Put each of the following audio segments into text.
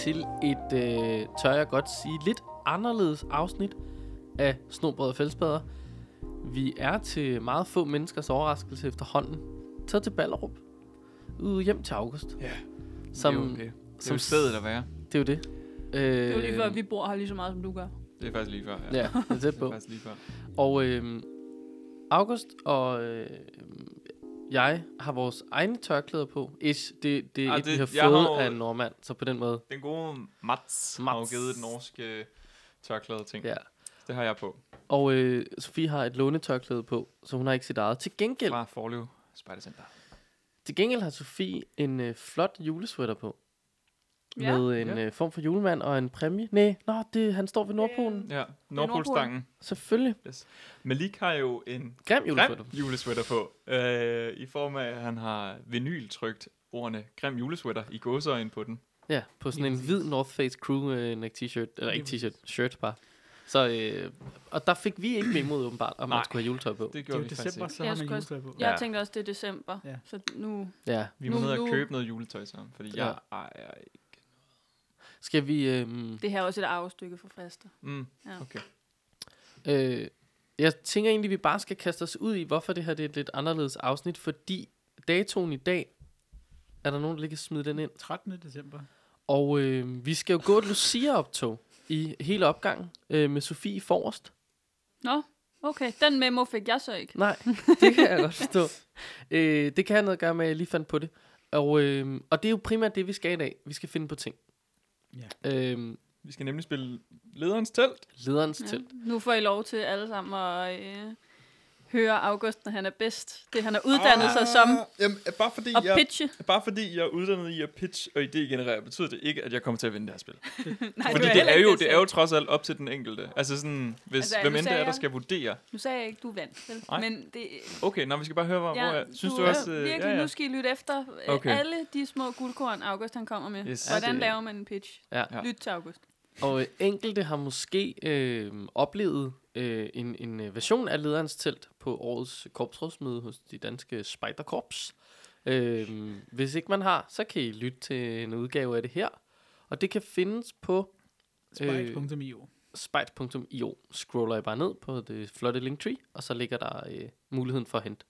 til et, tør jeg godt sige, lidt anderledes afsnit af Snobrød og Fællesbader. Vi er til meget få menneskers overraskelse efterhånden taget til Ballerup, ude hjem til August. Ja, Som, det er jo stedet at være. Det er jo det. Det er jo lige før, vi bor her lige så meget, som du gør. Det er faktisk lige før. Ja, det er tæt på. Det er faktisk lige før. Og August og jeg har vores egne tørklæder på. Det er et, vi har fået af en nordmand, så på den måde. Den gode Mats har jo givet den norske tørklæde ting. Ja. Det har jeg på. Og Sofie har et lånetørklæde på, så hun har ikke sit eget. Til gengæld... Fra Forlev Spejdercenter. Til gengæld har Sofie en flot julesweater på. Ja. Med en form for julemand og en præmie. Han står ved Nordpolen. Ja, Nordpolstangen. Selvfølgelig. Yes. Malik har jo en grim julesweater på. I form af, at han har vinyltrykt ordene grim julesweater i gåseøjne på den. Ja, på sådan en hvid North Face Crew t-shirt. Eller ikke t-shirt, shirt bare. Så, og der fik vi ikke med åbenbart, om man skulle have juletøj på. Det gjorde vi december, faktisk så har man juletøj på. Jeg tænkte også, det er december. Ja. Så nu... Ja. Vi må ned og købe noget juletøj sammen, fordi jeg ejer ikke. Skal vi... Det her er også et arvestykke for faster. Okay. Jeg tænker egentlig, at vi bare skal kaste os ud i, hvorfor det her det er et lidt anderledes afsnit, fordi datoen i dag, er der nogen, der lige kan smide den ind? 13. december. Og vi skal jo gå et Lucia-optog i hele opgangen med Sofie forrest. Nå, okay. Den memo fik jeg så ikke. Nej, det kan jeg godt forstå. Det kan have noget at gøre med, at jeg lige fandt på det. Og det er jo primært det, vi skal i dag. Vi skal finde på ting. Ja. Vi skal nemlig spille Lederens Telt. Lederens Telt. Nu får I lov til alle sammen at høre August, når han er bedst. Det han har uddannet sig som. Jamen, Pitche. Bare fordi jeg er uddannet i at pitch og idégenerere, betyder det ikke, at jeg kommer til at vinde det her spil. Nej, fordi det er jo trods alt op til den enkelte. Altså sådan, hvem end det er, der skal vurdere. Nu sagde jeg ikke, du vandt. Vel? Men det, okay, vi skal bare høre, hvor jeg synes du også... Virkelig, nu skal I lytte efter alle de små guldkorn, August han kommer med. Yes. Hvordan laver man en pitch? Ja. Lyt til August. Og enkelte har måske oplevet en version af Lederens Telt på årets korpsrådsmøde hos de danske Spejderkorps. Hvis ikke man har, så kan I lytte til en udgave af det her. Og det kan findes på Spejt.io. Spejt.io. Scroller I bare ned på det flotte linktree, og så ligger der muligheden for at hente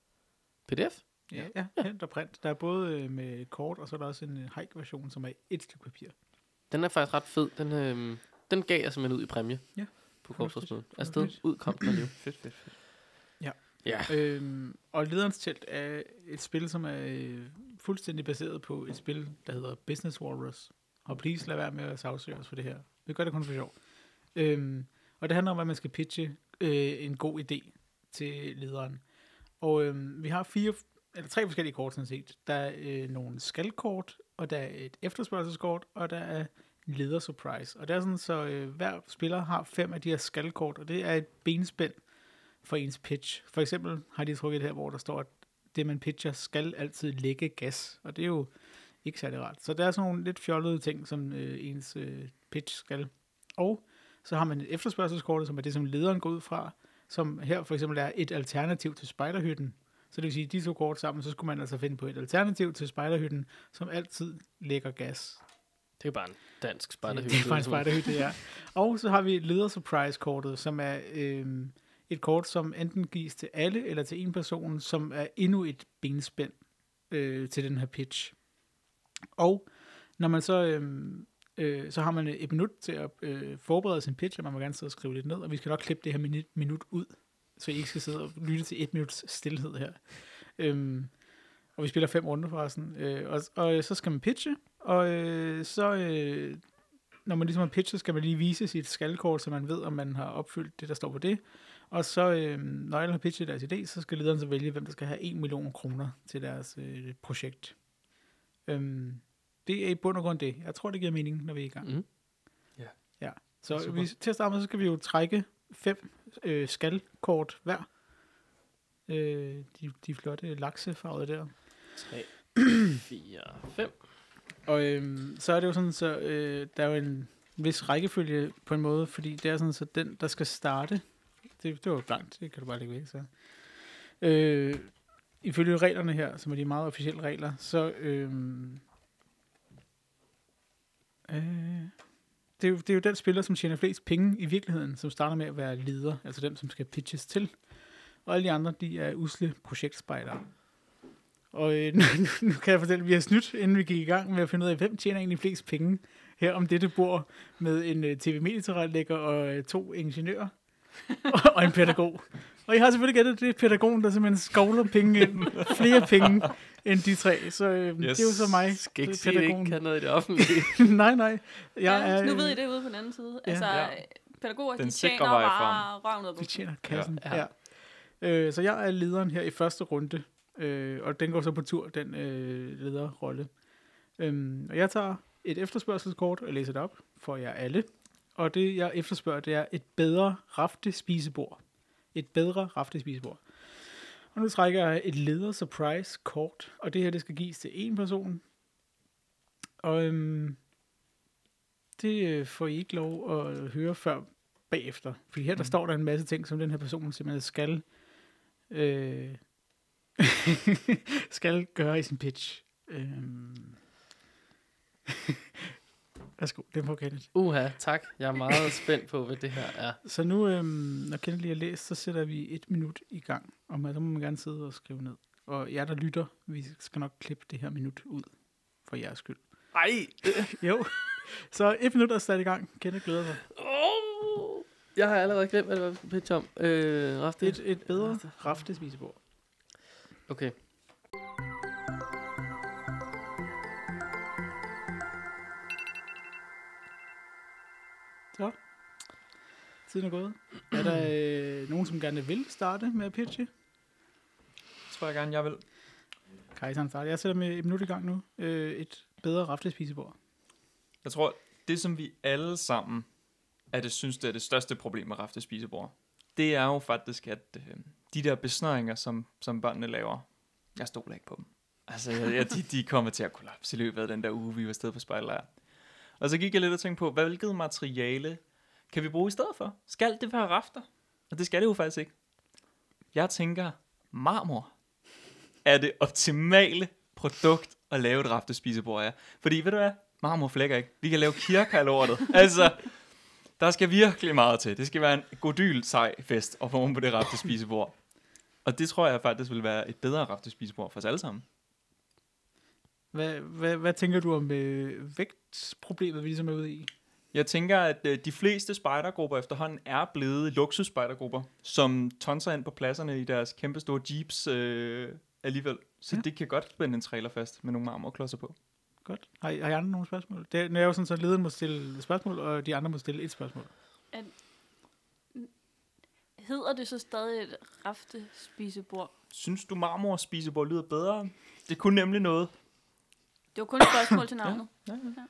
PDF. Ja, hent og print. Der er både med kort, og så er der også en hike-version, som er et stykke papir. Den er faktisk ret fed. Den gav jeg simpelthen ud i præmie. Ja. På korpsrådsmødet. Afsted udkom den jo. Fedt. Ja. Og Lederens Telt er et spil, som er fuldstændig baseret på et spil, der hedder Business Walrus. Og please lad være med at sagsøge os for det her. Vi gør det kun for sjov. Og det handler om, at man skal pitche en god idé til lederen. Og vi har 3 forskellige kort, sådan set. Der er nogle skalkort, og der er et efterspørgselskort, og der er ledersurprise. Og det er sådan, så hver spiller har 5 af de her skalkort, og det er et benspænd for ens pitch. For eksempel har de trukket her, hvor der står, at det man pitcher skal altid lægge gas, og det er jo ikke særlig rart. Så der er sådan nogle lidt fjollede ting, som ens pitch skal. Og så har man et efterspørgselskort, som er det, som lederen går ud fra, som her for eksempel er et alternativ til spejderhytten. Så det vil sige, at de 2 kort sammen, så skulle man altså finde på et alternativ til spejderhytten, som altid lægger gas. Det er bare en dansk spejderhytte. Det er bare en spejderhytte, ja. Og så har vi leder-surprise-kortet, som er et kort, som enten gives til alle eller til en person, som er endnu et benspænd til den her pitch. Og når man så har man et minut til at forberede sin pitch, og man må gerne sidde og skrive lidt ned, og vi skal nok klippe det her minut ud, så I ikke skal sidde og lytte til 1 minuts stillhed her. Og vi spiller 5 runder forresten. Og så skal man pitche, og når man ligesom har pitchet, skal man lige vise sit skalkort, så man ved, om man har opfyldt det, der står på det. Og så, når alle har pitchet deres idé, så skal lederen så vælge, hvem der skal have 1 million kroner til deres projekt. Det er i bund og grund det. Jeg tror, det giver mening, når vi er i gang. Mm. Ja. Så til at starte med, så skal vi jo trække 5 skalkort hver. De flotte laksefarvede der. 3, 4, 5. Og så er det jo sådan, så der er jo en vis rækkefølge på en måde, fordi det er sådan, så den, der skal starte, det var blankt, det kan du bare lægge væk, så. Ifølge reglerne her, som er de meget officielle regler, så Det er jo den spiller, som tjener flest penge i virkeligheden, som starter med at være leder, altså dem, som skal pitches til. Og alle de andre, de er usle projektspejdere. Og nu kan jeg fortælle, at vi har snydt, inden vi gik i gang med at finde ud af, hvem tjener egentlig flest penge her om dette bord med en tv-medietilrettelægger og 2 ingeniører og en pædagog. Og jeg har selvfølgelig gættet, det er pædagogen, der simpelthen skovler penge ind. Flere penge end de 3. Så det er jo så mig. Skal ikke sige, at det ikke kan noget i det offentlige. nej. Nu ved I det ude på den anden side. Ja. Altså, pædagoger, Den de sikre tjener vej bare røven ud af De bussen. tjener kassen. Ja. Ja. Så jeg er lederen her i første runde. Og den går så på tur, den lederrolle. Og jeg tager et efterspørgselskort og læser det op for jer alle. Og det, jeg efterspørger, det er et bedre raftespisebord. Et bedre raftespisebord. Og nu trækker jeg et leder-surprise-kort. Og det her, det skal gives til en person. Og det får I ikke lov at høre før bagefter. Fordi her, der står der en masse ting, som den her person simpelthen skal gøre i sin pitch. Værsgo, den får Kenneth. Tak. Jeg er meget spændt på, hvad det her er. Så nu, når Kenneth lige har læst, så sætter vi 1 minut i gang. Og så må man gerne sidde og skrive ned. Og jer, der lytter, vi skal nok klippe det her minut ud. For jeres skyld. Ej! Jo. Så 1 minut er sat i gang. Kenneth glæder sig. Jeg har allerede glemt, hvad det var, vi skulle pitche om. Et bedre raftespisebord. Okay. Så. Tiden er gået. Er der nogen, som gerne vil starte med at pitche? Tror jeg gerne, jeg vil. Kajseren starter. Jeg sætter med 1 minut i gang nu. Et bedre raftespisebord. Jeg tror, det som vi alle sammen synes, det er det største problem med raftespisebord, det er jo faktisk, at de der besnøringer, som børnene laver, jeg stoler ikke på dem. Altså, de kommer til at kollapse i løbet af den der uge, vi var afsted på spejderlejr. Og så gik jeg lidt og tænkte på, hvilket materiale kan vi bruge i stedet for? Skal det være rafter? Og det skal det jo faktisk ikke. Jeg tænker, marmor er det optimale produkt at lave et raftespisebord af. Fordi, ved du hvad? Marmor flækker ikke. Vi kan lave kirker af lortet. Altså, der skal virkelig meget til. Det skal være en godyl sej fest at få oven på det raftespisebord. Og det tror jeg faktisk vil være et bedre raftespisebord for os alle sammen. Hvad tænker du om vægtproblemet, vi ligesom er ude i? Jeg tænker, at de fleste spejdergrupper efterhånden er blevet luksusspejdergrupper, som tonser ind på pladserne i deres kæmpestore jeeps alligevel. Så det kan godt spænde en trailer fast med nogle marmorklodser på. Godt. Har I andre nogle spørgsmål? Det er jo sådan, så lederen må stille spørgsmål, og de andre må stille et spørgsmål. Hedder det så stadig et raftespisebord? Synes du marmorspisebord lyder bedre? Det kunne nemlig noget. Det var kun et spørgsmål til navnet. Ja.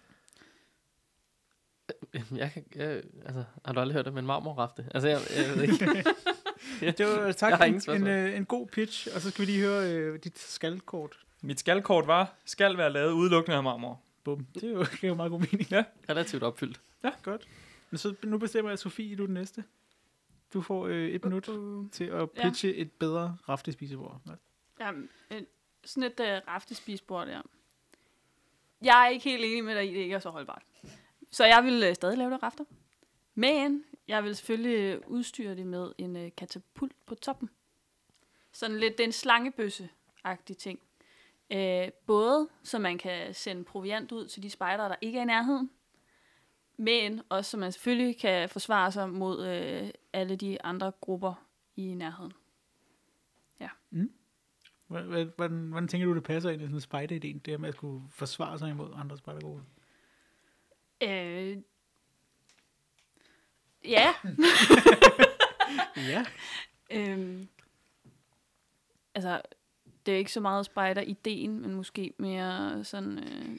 Altså, har du aldrig hørt om en marmorrafte? Altså, jeg ved ikke. Det var Jeg tak har ingen spørgsmål. en god pitch, og så skal vi lige høre dit skalkort. Mit skalkort skal være lavet udelukkende af marmor. Bum. Det er jo meget god mening. Ja. Relativt opfyldt. Ja, godt. Men så nu bestemmer jeg, Sofie, du er den næste. Du får 1 minut til at pitche et bedre raftespisebord. Jamen, sådan et raftespisebord der. Jeg er ikke helt enig med dig i, det ikke er så holdbart. Så jeg vil stadig lave det rafter. Men jeg vil selvfølgelig udstyre det med en katapult på toppen. Sådan lidt den slangebøsse-agtige ting. Både så man kan sende proviant ud til de spejdere, der ikke er i nærheden. Men også så man selvfølgelig kan forsvare sig mod alle de andre grupper i nærheden. Ja. Hvordan tænker du, det passer ind i sådan en spejder-ideen, det med at skulle forsvare sig imod andre spejdergrupper? Ja. Ja. Altså, det er ikke så meget spejder-ideen, men måske mere sådan...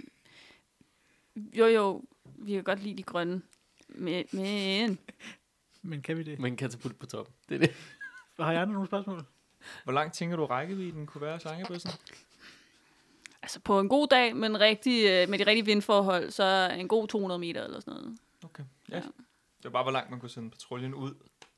Jo, vi kan godt lide de grønne. Men... Men kan vi det? Men katapult på toppen. Det er det. Har jeg andre nogle spørgsmål? Hvor langt tænker du rækkevidden kunne være slangebøssen? Altså, på en god dag med de rigtige vindforhold, så er en god 200 meter eller sådan noget. Okay, ja. Det var bare, hvor langt man kunne sende patruljen ud.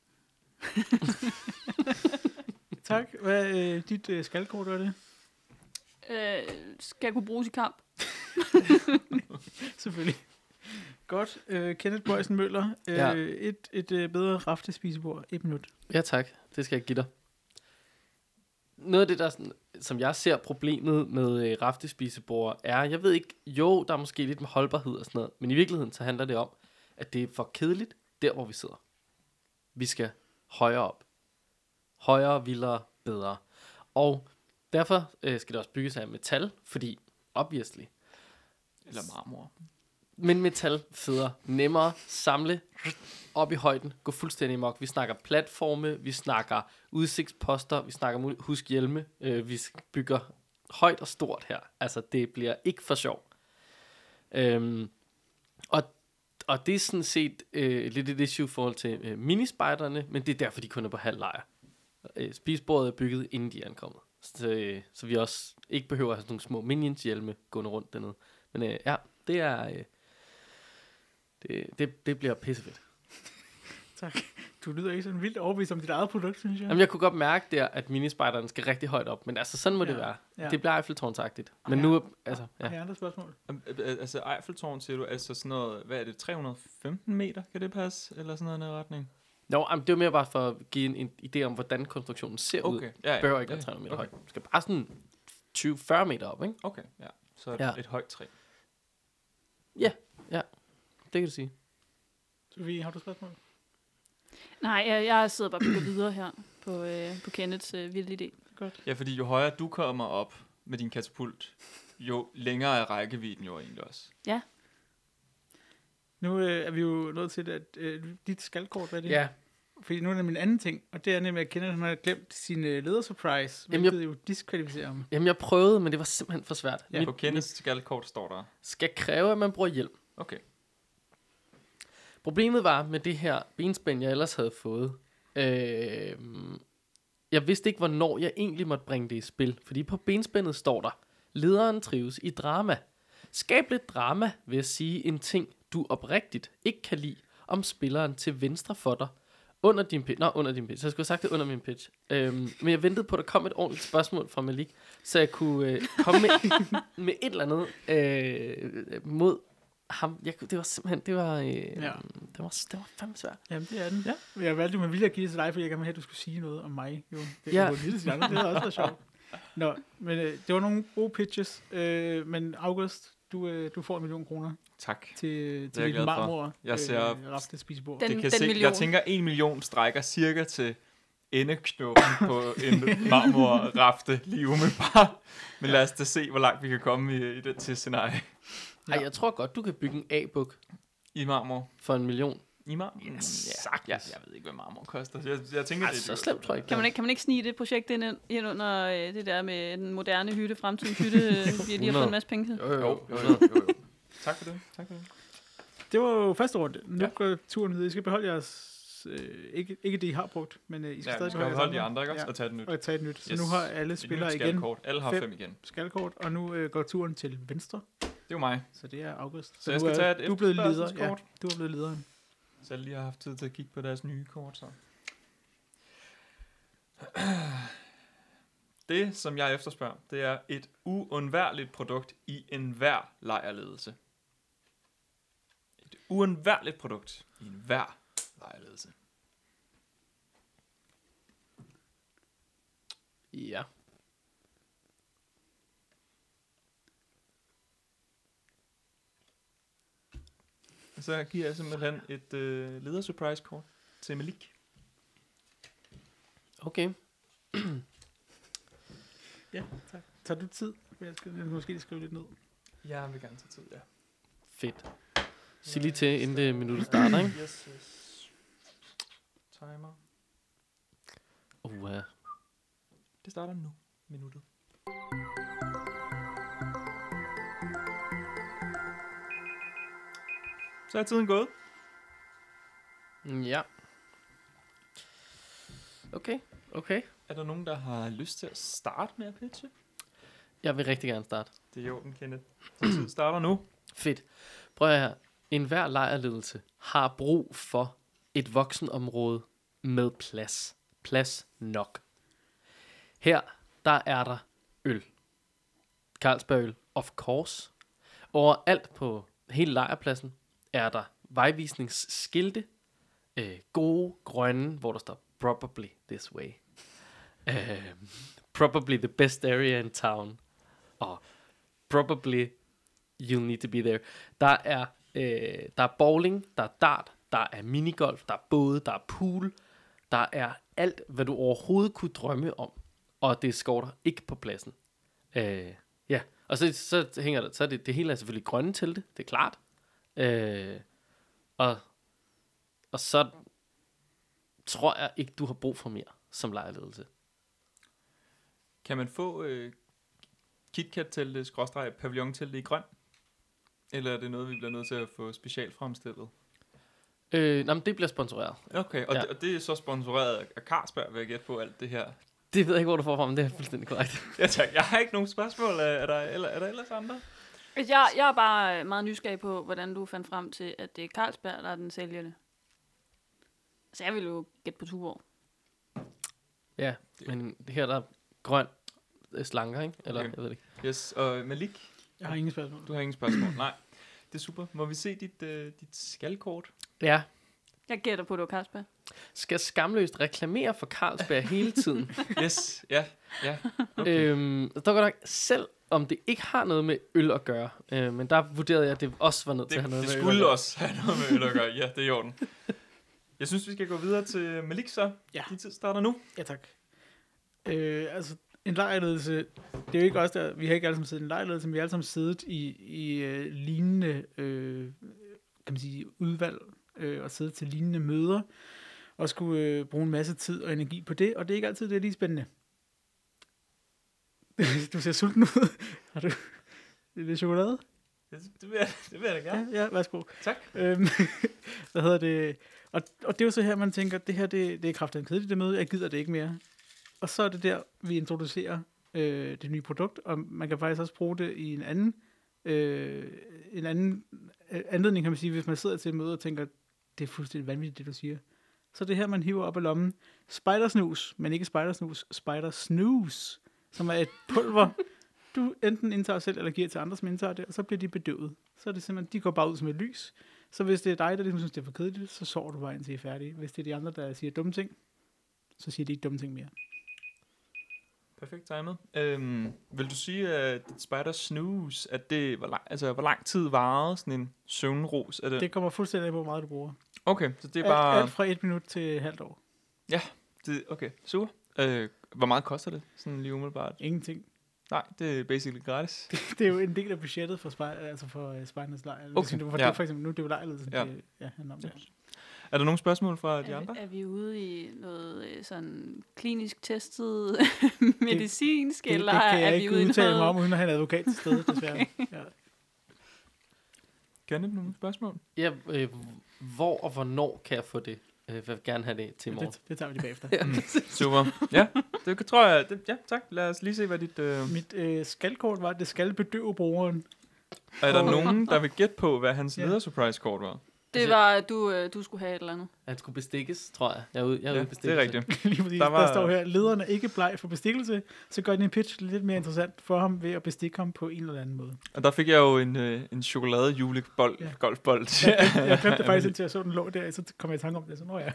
Tak. Hvad dit skalkort er det? Skal jeg kunne bruges i kamp? Selvfølgelig. Godt. Kenneth Boysen Møller. Ja. Et bedre raftespisebord. 1 minut. Ja, tak. Det skal jeg give dig. Noget af det, der sådan, som jeg ser problemet med raftespisebord, er, jeg ved ikke, jo, der er måske lidt med holdbarhed og sådan noget, men i virkeligheden så handler det om, at det er for kedeligt, der hvor vi sidder. Vi skal højere op. Højere, vildere, bedre. Og derfor skal det også bygges af metal, fordi obviously. Eller marmor. Men metal federe, nemmere, samle op i højden, gå fuldstændig mok. Vi snakker platforme, vi snakker udsigtsposter, vi snakker husk-hjelme. Vi bygger højt og stort her. Altså, det bliver ikke for sjov. Og det er sådan set lidt et issue i forhold til minispejderne, men det er derfor, de kun er på halv lejr. Spisebordet er bygget, inden de er ankommet. Så vi også ikke behøver at have sådan nogle små minions-hjelme gående rundt dernede. Men ja, det er... Det bliver pissefedt. Tak. Du lyder ikke sådan vildt overbevist om dit eget produkt, synes jeg. Jamen, jeg kunne godt mærke der, at minispejderne skal rigtig højt op, men altså, sådan må det være. Ja. Det bliver Eiffeltårnsagtigt. Men nu, altså, Har I ja. andre spørgsmål? Altså Eiffeltårn, siger du, altså sådan noget, hvad er det, 315 meter, kan det passe? Eller sådan noget i den retning? Nå, jamen, det var mere bare for at give en idé om, hvordan konstruktionen ser ud. Okay, ja, ja. Behøver ikke være 300 meter højt. Det skal bare sådan 20-40 meter op, ikke? Okay, ja. Så Ja. et højt træ. Det kan du sige. Sofie, har du spørgsmål? Nej, jeg sidder bare og bygger videre her på Kenneths vilde idé. Godt. Ja, fordi jo højere du kommer op med din katapult, jo længere er rækkevidden jo egentlig også. Nu er vi jo nået til, at dit skalkort, hvad er det? Ja, Fordi nu er der min anden ting, og det er nemlig, at Kenneth han har glemt sin ledersurprise, Jamen, hvilket jo diskvalificerer ham. jamen jeg prøvede, men det var simpelthen for svært. Ja. På Kenneths skalkort står der. Skal kræve, at man bruger hjelm. Okay. Problemet var med det her benspænd, jeg ellers havde fået. Jeg vidste ikke, hvornår jeg egentlig måtte bringe det i spil. Fordi på benspændet står der, lederen trives i drama. Skab lidt drama ved at sige en ting, du oprigtigt ikke kan lide, om spilleren til venstre for dig. Under din pitch. Så jeg skulle have sagt det under min pitch. Men jeg ventede på, at der kom et ordentligt spørgsmål fra Malik, så jeg kunne komme med et eller andet mod ham. Det var simpelthen, det var fandme svært. Jamen, det er den. Ja. Jeg valgte jo med vilje at give det til dig, fordi jeg gerne ville have, at du skulle sige noget om mig. Jo. Det Ja. var lidt til andre. Det havde også været sjovt. Nå, men det var nogle gode pitches. Men August, du får 1 million kroner Tak. til jeg dit glad for. marmor. Jeg ser- rafte spisebord. Den- Det kan den se, million. jeg tænker 1 million strækker cirka til endeknoppen på en marmorrafte lige umiddelbart. Men lad os da se, hvor langt vi kan komme i det til scenarie. Ej, jeg tror godt, du kan bygge en A-book I marmor. for 1 million. I marmor? Ja, Ja, sagtens. jeg ved ikke, hvad marmor koster. Jeg tænker, Ej, så slemt tror jeg ikke. Kan man ikke snige det projekt ind under det der med den moderne hytte, fremtidens hytte, vi lige har fået en masse penge til? Jo. Tak for det. Det var jo første ord. Nu Ja. går turen videre. I skal beholde jeres... ikke det, I har brugt, men I skal Ja, vi stadig skal beholde holde de jeres andre, ikke også? Ja. Og tage et nyt. Og tage et nyt. Så Yes. nu har alle Et spillere nyt igen skalkort. Alle har 5 5 igen. skalkort, og nu går turen til venstre. Det er jo mig. Så det er August. Så jeg nu skal tage et du er blevet leder. Ja, efterspørgselskort. du er blevet lederen. Så alle lige har haft tid til at kigge på deres nye kort, så. Det, som jeg efterspørger, det er et uundværligt produkt i enhver lejrledelse. Et uundværligt produkt i enhver lejrledelse. Ja. Så giver jeg simpelthen et leder-surprise-kort til Malik. Okay. Ja, tak. Tager du tid? Jeg skal måske lige skrive lidt ned. Jeg vil gerne tage tid, ja. Fedt. Sig lige til, inden det minuttet starter, ikke? Yes. Timer. Det starter nu, minuttet. Så er tiden gået. Ja. Okay. Er der nogen, der har lyst til at starte med at pitche? Jeg vil rigtig gerne starte. Det er jo den, Kenneth. Tid starter nu. Fedt. Prøv at høre. Enhver lejrledelse har brug for et voksenområde med plads. Plads nok. Her, der er der øl. Carlsberg øl, of course. Overalt på hele lejrpladsen er der vejvisningsskilte, gode grønne, hvor der står probably this way. Probably the best area in town. Og probably you'll need to be there. Der er bowling, der er dart, der er minigolf, der er både, der er pool, der er alt, hvad du overhovedet kunne drømme om. Og det skorter ikke på pladsen. Ja, og så hænger der, så er det hele er selvfølgelig grønne telte, det er klart. Og så tror jeg ikke, du har brug for mere som lejrledelse. Kan man få KitKat-telte, /pavillon-telte i grøn? Eller er det noget, vi bliver nødt til at få specielt fremstillet? Men det bliver sponsoreret. Okay, og det er så sponsoreret af Carlsberg, vil jeg gætte på alt det her. Det ved jeg ikke, hvor du får fra, men det er fuldstændig korrekt. Ja tak, jeg har ikke nogen spørgsmål. Er der ellers andre? Jeg er bare meget nysgerrig på, hvordan du fandt frem til, at det er Carlsberg, der er den sælgende. Så jeg vil jo gætte på Tuborg. Ja, men her der er grøn slanker, ikke? Eller, Okay. jeg ved det ikke. Yes, og Malik, Jeg har ingen spørgsmål. du har ingen spørgsmål. Nej, det er super. Må vi se dit skalkort? Ja, Jeg gætter på, at det var Carlsberg. skal skamløst reklamere for Carlsberg hele tiden. Yes, ja. Okay. Der går nok selv, om det ikke har noget med øl at gøre. Men der vurderede jeg, at det også var nødt til at have noget Det med skulle øl at gøre. også have noget med øl at gøre. Ja, det er i orden. Jeg synes, vi skal gå videre til Malik så. Ja. Din tid starter nu. Ja, tak. Altså, en lejrledelse, det er jo ikke os, der, vi har ikke alle sammen siddet i en lejrledelse, men vi har alle sammen siddet i lignende, kan man sige, udvalg, og siddet til lignende møder, og skulle bruge en masse tid og energi på det, og det er ikke altid, det er lige spændende. Du ser sulten ud. Har du lidt chokolade? Det vil jeg da gerne. Ja, værsgo. Tak. Hvad hedder det? Og det er jo så her, man tænker, det her, det er kraftigt kedeligt, det møde, jeg gider det ikke mere. Og så er det der, vi introducerer det nye produkt, og man kan faktisk også bruge det i en anden anledning, kan man sige, hvis man sidder til et møde og tænker, det er fuldstændig vanvittigt, det du siger. Så det her, man hiver op af lommen. Spidersnus, men ikke spidersnus, spidersnooze, som er et pulver, du enten indtager selv, eller giver til andre, som indtager det, og så bliver de bedøvet. Så er det simpelthen, de går bare ud som et lys. Så hvis det er dig, der ligesom synes, det er for kedeligt, så sover du bare indtil I er færdig. Hvis det er de andre, der siger dumme ting, så siger de ikke dumme ting mere. Perfekt timet. Vil du sige, at Spider Snooze, at det hvor lang tid varede sådan en søvnros? Er det? Det kommer fuldstændig af på, hvor meget du bruger. Okay, så det er bare... Alt fra 1 minut til et halvt år. Okay, super. Hvor meget koster det, sådan lige umiddelbart? Ingenting. Nej, det er basically gratis. Det er jo en del af budgettet for Spejdernes lejr. Okay, Det ja. for eksempel, nu er det jo lejrledelsen, Ja. det handler om det. Er der nogle spørgsmål fra de andre? Er vi ude i noget sådan klinisk testet medicinsk, eller det kan er jeg vi ikke ude i udtale mig noget... om, uden at have en advokat til stede, desværre. Ja. Kan nogle spørgsmål? Ja, hvor og hvornår kan jeg få det? Jeg vil gerne have det til i morgen. Det tager vi lige bagefter. Super. Ja, det tror jeg. Ja, tak. Lad os lige se, hvad dit... Mit skalkort var, at det skal bedøve brugeren. Er der nogen, der vil gætte på, hvad hans leder-surprise-kort var? Det var, at du skulle have et eller andet. Han skulle bestikkes, tror jeg. Jeg er ude Ja, i det bestikkelse. er rigtigt. Lige præcis. Der står her, lederen er ikke bleg for bestikkelse, så gør din pitch lidt mere interessant for ham ved at bestikke ham på en eller anden måde. Og der fik jeg jo en chokolade-julebold, Ja. golfbold. Jeg glemte faktisk, indtil jeg så den lå der, så kom jeg i tanke om det, så ja.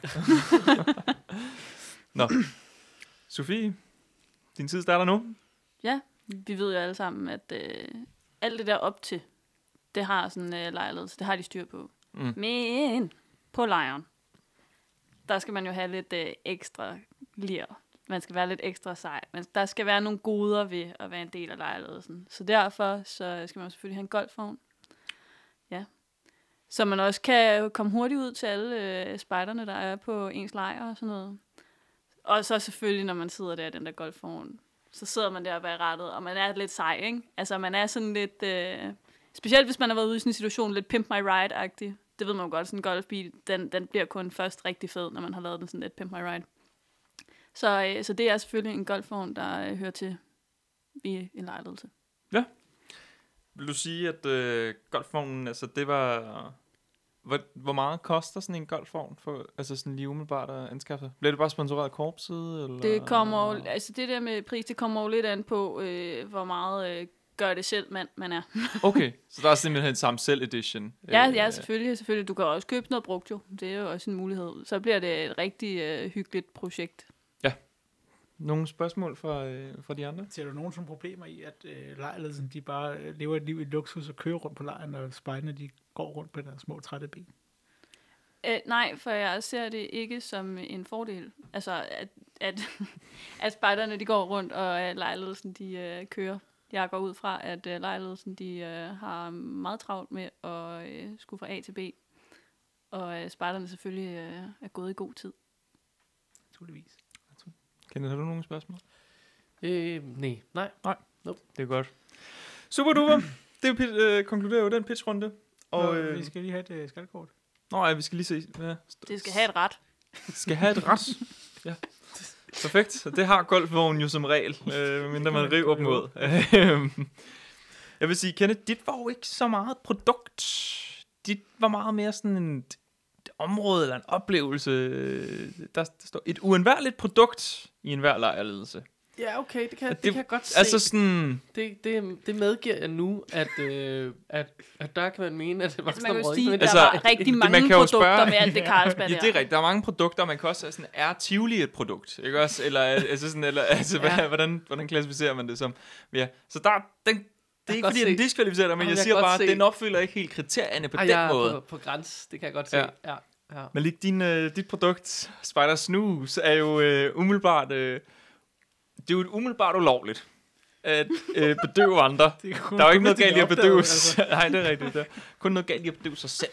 Nå. Sofie, din tid starter nu. Ja, vi ved jo alle sammen, at alt det der op til, det har sådan lejrledelse, det har de styr på. Mm. Men på lejren, der skal man jo have lidt ekstra lir. Man skal være lidt ekstra sej. Men der skal være nogle goder ved at være en del af lejrledelsen. Så derfor så skal man selvfølgelig have en golfvogn. Ja. Så man også kan komme hurtigt ud til alle spejderne, der er på ens lejr og sådan noget. Og så selvfølgelig, når man sidder der i den der golfvogn, så sidder man der bag rattet, og man er lidt sej, ikke? Altså, man er sådan lidt... specielt hvis man har været ude i sådan en situation, lidt Pimp My Ride-agtig. Det ved man jo godt, sådan en golfbil, den bliver kun først rigtig fed, når man har lavet den sådan lidt Pimp My Ride. Så det er selvfølgelig en golfvogn, der hører til i en lejrledelse. Vil du sige, at golfvognen, altså det var... Hvor meget koster sådan en golfvogn for, altså sådan lige umiddelbart at anskaffe sig? Bliver det bare sponsoreret af korpset? Eller? Det kommer jo, altså det der med pris, det kommer jo lidt an på, hvor meget gør det selv, man er. Okay, så der er simpelthen samme selv edition. Ja, selvfølgelig. Du kan også købe noget brugt jo. Det er jo også en mulighed. Så bliver det et rigtig hyggeligt projekt. Nogle spørgsmål fra de andre? Ser du nogen som problemer i, at lejrledelsen, de bare lever et liv i luksus og kører rundt på lejren, og spejderne, de går rundt på deres små trætte ben? Nej, for jeg ser det ikke som en fordel. Altså, at spejderne, de går rundt, og lejrledelsen, de kører. Jeg går ud fra, at lejrledelsen, de har meget travlt med at skulle fra A til B. Og spejderne selvfølgelig er gået i god tid. Naturligvis. Kenneth, har du nogle spørgsmål? Nej. Det er godt. Super duper. Det konkluderer jo den pitchrunde. Og vi skal lige have et skalkort. ja, vi skal lige se. Ja, Det skal have et ret. skal have et ret. Ja. Perfekt. Så det har golfvognen jo som regel, mindre man river dem ud. Jeg vil sige, Kenneth, dit var jo ikke så meget et produkt. Dit var meget mere sådan et område eller en oplevelse. Der står et uundværligt produkt i enhver lejrledelse. Ja, okay, det kan jeg godt se. Altså sådan... Det medgiver jeg nu, at der kan man mene, at det var Altså, man kan jo sådan sige, noget. at der var rigtig mange man kan jo produkter spørge- med alt det Carlsberg Ja, der. det er rigtigt. Der er mange produkter, man kan også sådan, er Tivoli et produkt? Ikke også? Eller, altså sådan, eller altså, Ja. hvordan klassificerer man det som? Ja. Så der, det er ikke godt fordi, den se. diskvalificerer dig, men Jamen, jeg jeg siger kan godt bare, at se. den opfylder ikke helt kriterierne på Ej, den jeg måde. er på græns, det kan jeg godt se. Ja. Ja. Men lige dit produkt, Spider Snooze, er jo umiddelbart... det er jo umiddelbart ulovligt at bedøve andre. Der er jo ikke noget galt i at bedøve sig. Nej, det er rigtigt. Der er kun noget galt i at bedøve sig selv.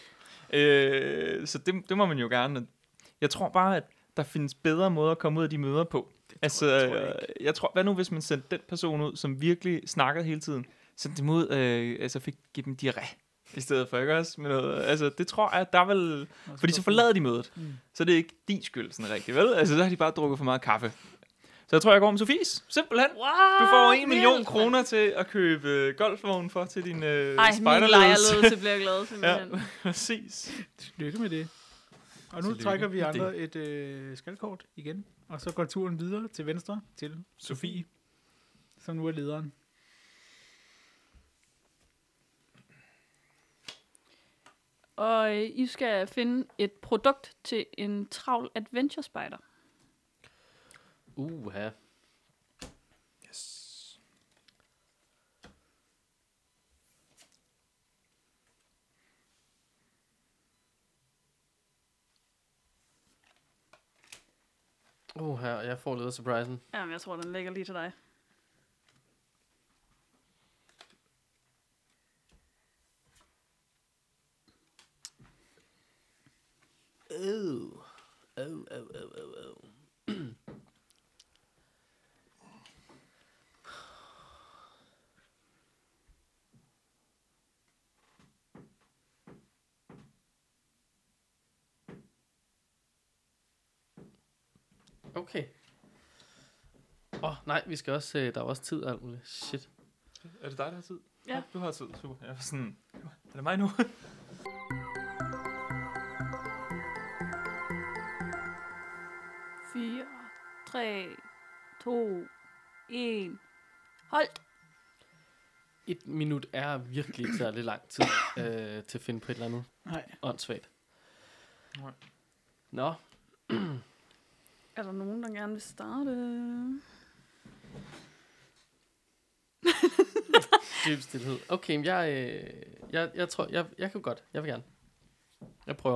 Så det må man jo gerne. Jeg tror bare, at der findes bedre måder at komme ud af de møder på. Altså, jeg tror, hvad nu hvis man sendte den person ud, som virkelig snakkede hele tiden, sendte dem ud, altså fik givet dem diarré i stedet for, ikke også? Men noget, altså, det tror jeg, der vil... Fordi så forlader de mødet. Så er det ikke din skyld, sådan rigtigt, vel? Altså, så har de bare drukket for meget kaffe. Så jeg tror, jeg går om Sofies. Simpelthen. Wow, Du får 1 million kroner til at købe golfvogn for til din Ej, min spejderledelse. lejrledelse bliver glad, simpelthen. Ja, præcis. Lykke med det. Og nu Tillykke trækker vi med andre et skalkort igen. Og så går turen videre til venstre til Sofie, som nu er lederen. Og I skal finde et produkt til en travl adventure spider. Uha. Yes. Uha, jeg får lidt af surprisen. Jamen, jeg tror, den ligger lige til dig. Okay. Nej, vi skal også... der er også tid og alt muligt. Shit. Er det dig, der har tid? Ja. Du har tid, super. Jeg var sådan, er det mig nu? Fire, 3, 2, 1. Holdt. 1 minut er virkelig ikke særlig lang tid til at finde på et eller andet Nej. åndssvagt. Nej. Nå. Er der nogen, der gerne vil starte? Dyb stillhed. Okay, men jeg tror, jeg kan godt. Jeg vil gerne. Jeg prøver.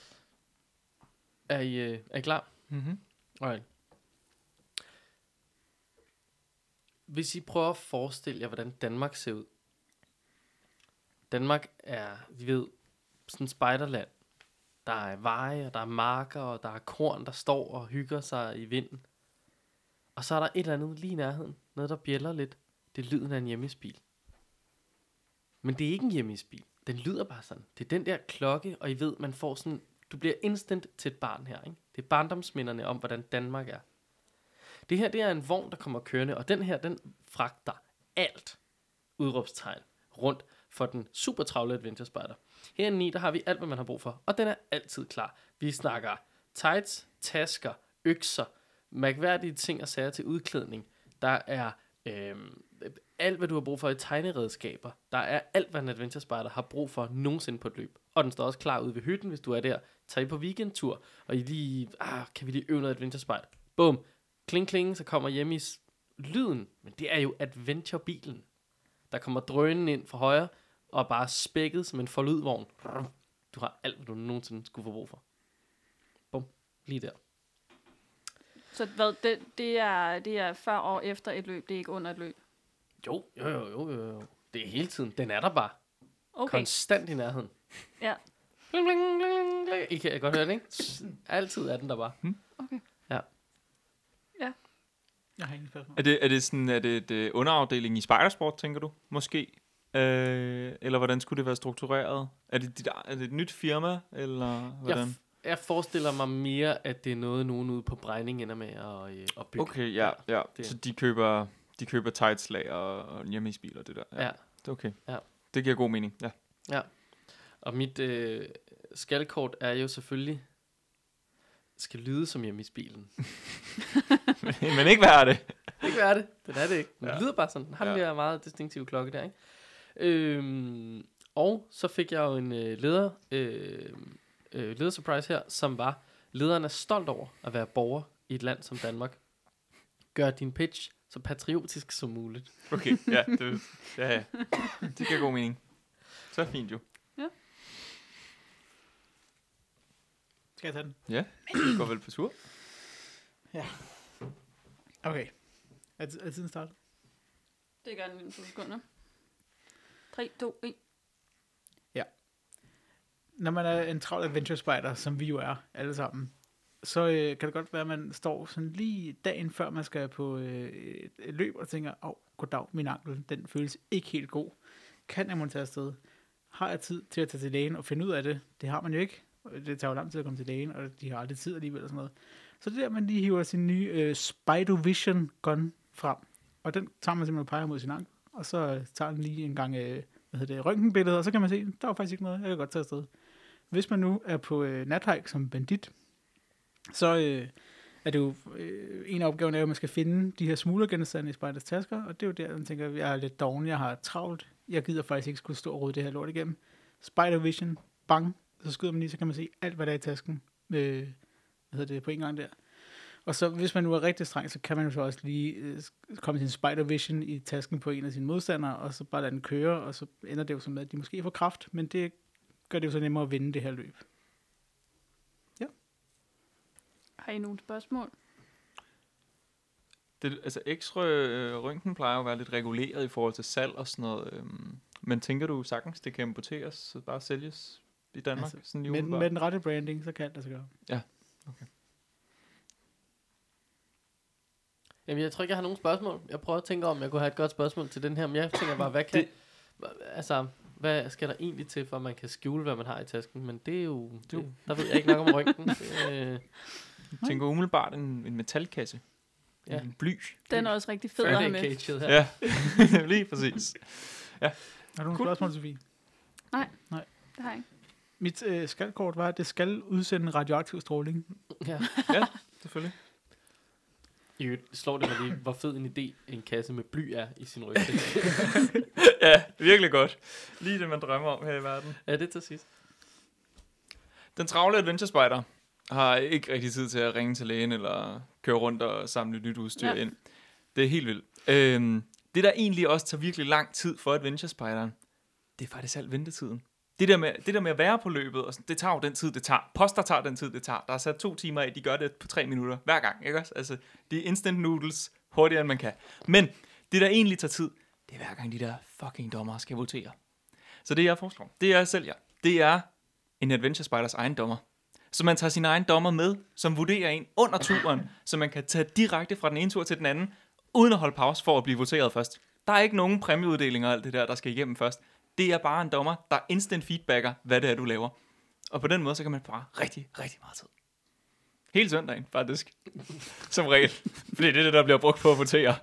Er I klar? Mm-hmm. Alright. Hvis I prøver at forestille jer, hvordan Danmark ser ud. Danmark er, I ved, sådan spejderland. Der er veje, og der er marker, og der er korn, der står og hygger sig i vinden. Og så er der et eller andet lige i nærheden. Noget, der bjæller lidt. Det er lyden af en hjemmesbil. Men det er ikke en hjemmesbil. Den lyder bare sådan. Det er den der klokke, og I ved, man får sådan... Du bliver instant til et barn her, ikke? Det er barndomsminderne om, hvordan Danmark er. Det her, det er en vogn, der kommer kørende, og den her, den fragter alt, udråbstegn, rundt for den super travle Adventure Spider. Herinde i, der har vi alt, hvad man har brug for, og den er altid klar. Vi snakker tights, tasker, økser, mærkværdige ting og sager til udklædning. Der er alt, hvad du har brug for i tegneredskaber. Der er alt, hvad en Adventure Spider har brug for nogensinde på et løb. Og den står også klar ude ved hytten, hvis du er der. Tag på weekendtur, og I lige, kan vi lige øve noget Adventure Spider? Bum, kling kling, så kommer Hjemmis lyden. Men det er jo Adventure-bilen. Der kommer drønen ind fra højre, og bare spækket som en forlydvogn. Du har alt, hvad du nogensinde skulle få brug for. Bum, lige der. Så hvad, det er før og efter et løb, det er ikke under et løb? Jo. Det er hele tiden. Den er der bare. Okay. Konstant i nærheden. Ja. Bling, bling, bling, bling. I kan godt høre det, ikke? Altid er den der bare. Okay. Ja. Ja. Jeg har ingen spørgsmål. Er det et underafdeling i Spidersport, tænker du? Måske? Eller hvordan skulle det være struktureret? Er det et nyt firma, eller hvordan? Jeg forestiller mig mere, at det er noget, nogen ude på Brejning ender med at bygge. Okay, ja. Det. Så de køber tights-lag og hjemmesbil og det der. Ja. Okay. Ja. Det giver god mening, ja. Ja. Og mit skalkort er jo selvfølgelig, skal lyde som hjemme i bilen. Men ikke være det. Ikke være det. Den er det ikke. Den Ja. lyder bare sådan. Den har den der meget distinktive klokke der, ikke? Og så fik jeg jo en leder-surprise her, som var, lederen er stolt over at være borger i et land som Danmark. Gør din pitch så patriotisk som muligt. Okay, ja. Det giver god mening. Så fint jo. Skal jeg tage den? Ja, vi går vel på tur. Okay. Er tiden startet? Det gør den i 2 sekunder. 3, 2, 1. Når man er en travl adventure spider, som vi jo er alle sammen, så kan det godt være, at man står sådan lige dagen før man skal på et løb og tænker, goddag, min ankel, den føles ikke helt god. Kan jeg montere afsted? Har jeg tid til at tage til lægen og finde ud af det? Det har man jo ikke. Det tager jo lang tid at komme til lægen, og de har aldrig tid alligevel og sådan noget. Så det der, man lige hiver sin nye Spider-Vision gun frem, og den tager man simpelthen og peger mod sin ankel, og så tager den lige en gang røntgenbillede, og så kan man se, der er faktisk ikke noget, jeg kan godt tage afsted. Hvis man nu er på nathike som bandit, så er det jo en af opgaverne, at man skal finde de her smuglergenstande i Spiders tasker, og det er jo der, man tænker, jeg er lidt doven, jeg har travlt, jeg gider faktisk ikke skulle stå og rode det her lort igennem. Spider Vision, bang, så skyder man lige, så kan man se alt, hvad der er i tasken, på en gang der. Og så hvis man nu er rigtig streng, så kan man jo så også lige komme sin Spider Vision i tasken på en af sine modstandere, og så bare lade den køre, og så ender det jo så med, at de måske får kraft, men det gør det jo så nemmere at vinde det her løb. Ja. Har I nogle spørgsmål? X-røntgen plejer jo at være lidt reguleret i forhold til salg og sådan noget. Men tænker du sagtens, det kan importeres, så bare sælges i Danmark? Altså, sådan med den rette branding, så kan det så gøre. Ja, okay. Jamen, jeg tror ikke, jeg har nogen spørgsmål. Jeg prøver at tænke om, jeg kunne have et godt spørgsmål til den her, men jeg tænker bare, hvad kan... hvad skal der egentlig til, for at man kan skjule, hvad man har i tasken? Men det er jo... der ved jeg ikke nok om røntgen. Jeg tænker umiddelbart en metalkasse. Ja. En bly. Den er også rigtig fed at have med. Caged her. Ja, lige præcis. Har du nogle spørgsmål, Sofie? Nej, det har jeg ikke. Mit skalkort var, at det skal udsende radioaktiv stråling. Ja. Ja, selvfølgelig. I øvrigt slår det mig lige, hvor fed en idé en kasse med bly er i sin rygsæk. Ja, virkelig godt. Lige det, man drømmer om her i verden. Ja, det til sidst. Den travle Adventure Spider har ikke rigtig tid til at ringe til lægen eller køre rundt og samle nyt udstyr ind. Det er helt vildt. Det, der egentlig også tager virkelig lang tid for Adventure Spideren, det er faktisk alt ventetiden. Det der med at være på løbet, og sådan, det tager jo den tid, det tager. Poster tager den tid, det tager. Der er sat 2 timer af, de gør det på 3 minutter hver gang, ikke også? Altså, det er instant noodles, hurtigere end man kan. Men det, der egentlig tager tid, det er hver gang de der fucking dommere skal votere. Så det, jeg foreslår, det jeg sælger, det er en Adventure Spiders egen dommer. Så man tager sin egen dommer med, som vurderer en under turen, så man kan tage direkte fra den ene tur til den anden, uden at holde pause for at blive voteret først. Der er ikke nogen præmieuddelinger og alt det der skal igennem først. Det er bare en dommer, der instant feedbacker, hvad det er, du laver. Og på den måde, så kan man bare rigtig, rigtig meget tid. Hele søndagen, faktisk. Som regel. Fordi det er det, der bliver brugt på at votere.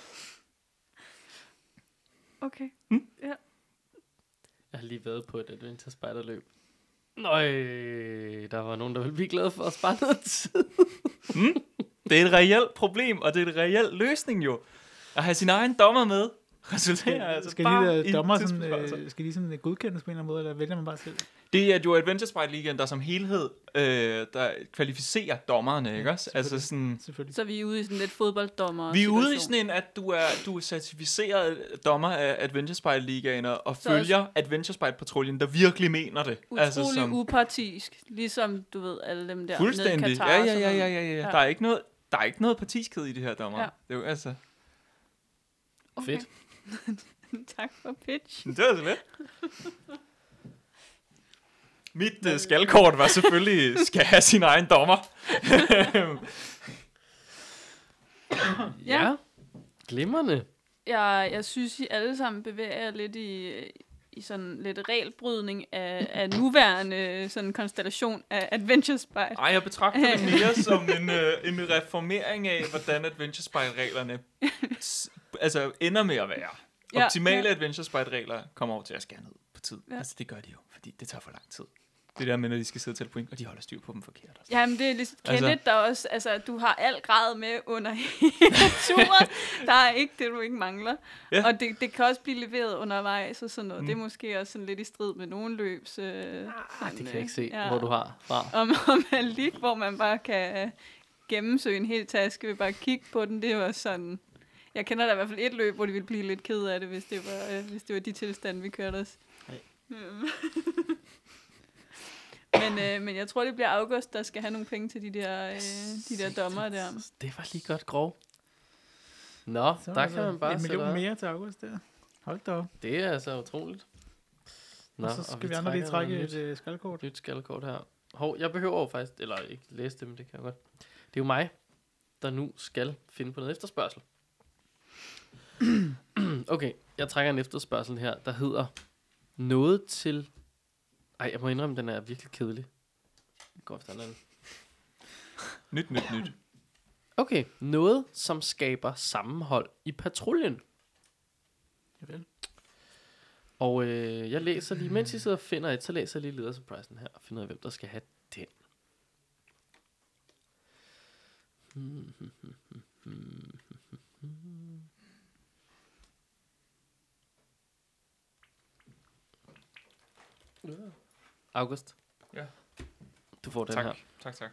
Okay. Ja. Jeg har lige været på et Adventure Spider løb. Nøj, der var nogen, der ville blive glade for at spare noget tid. Det er et reelt problem, og det er en reel løsning jo. At have sin egen dommer med, resulterer altså Skal bare de der i dommer tidsbesparelser. sådan, skal de sådan godkendes på en eller anden måde, eller vælger man bare selv? Det er jo Adventure Sprite Ligaen, der som helhed der kvalificerer dommerne, ikke også? Altså sådan, Selvfølgelig. Så vi er ude i sådan lidt fodbolddommer. vi er ude i sådan en, at du er certificeret dommer af Adventure Sprite Ligaen og Så følger Adventure Sprite Patruljen, der virkelig mener det. Utrolig upartisk, ligesom du ved alle dem der nede i Fuldstændig. Katar. og sådan noget. Ja. Der er ikke noget partiskhed i det her, dommer. Ja. Det er jo altså... Okay. Fedt. Tak for pitch. Det var så let. Mit skalkort var selvfølgelig, skal have sin egen dommer. Ja. Glimrende. Jeg synes, I alle sammen bevæger jer lidt i sådan lidt regelbrydning af nuværende sådan konstellation af Adventure Spite. Ej, jeg betragter det mere som en reformering af, hvordan Adventure Sprite-reglerne altså ender med at være. Ja, Optimale ja. Adventure Sprite-regler kommer over til at skære ned på tid. Ja. Altså, det gør de jo, fordi det tager for lang tid. Det der med, når de skal sidde og tælle point, og de holder styr på dem forkert. Også. Jamen, det er ligesom Altså- Kenneth, der også, altså, du har al grad med under hele turen. Der er ikke det, du ikke mangler. Ja. Og det kan også blive leveret undervejs og sådan noget. Det er måske også sådan lidt i strid med nogle løbs. Det kan jeg ikke se, hvor du har fra. Om en lig, hvor man bare kan gennemsøge en hel taske ved bare at kigge på den. Det var sådan... Jeg kender da i hvert fald et løb, hvor de ville blive lidt ked af det, hvis det var de tilstande, vi kørte os. Men jeg tror, det bliver August, der skal have nogle penge til de der dommer der. Det var lige godt grov. Nå, Så er der altså kan man bare 1 sætte million op. mere til august der. Hold da op. Det er altså utroligt. Nå, Og så skal vi andre lige trækker trække noget et skalkort. nyt skalkort her. Hov, jeg behøver jo faktisk, eller ikke læse det, men det kan jeg godt. Det er jo mig, der nu skal finde på noget efterspørgsel. Okay, jeg trækker en efterspørgsel her, der hedder noget til... Ej, jeg må indrømme, den er virkelig kedelig. Jeg går efter en anden. Nyt. Okay, noget, som skaber sammenhold i patruljen. Javel. Og jeg læser lige, mens I sidder og finder et, så læser jeg lige ledersurprisen her, og finder ud af, hvem der skal have den. August. Ja. Du får den Tak. her. Tak.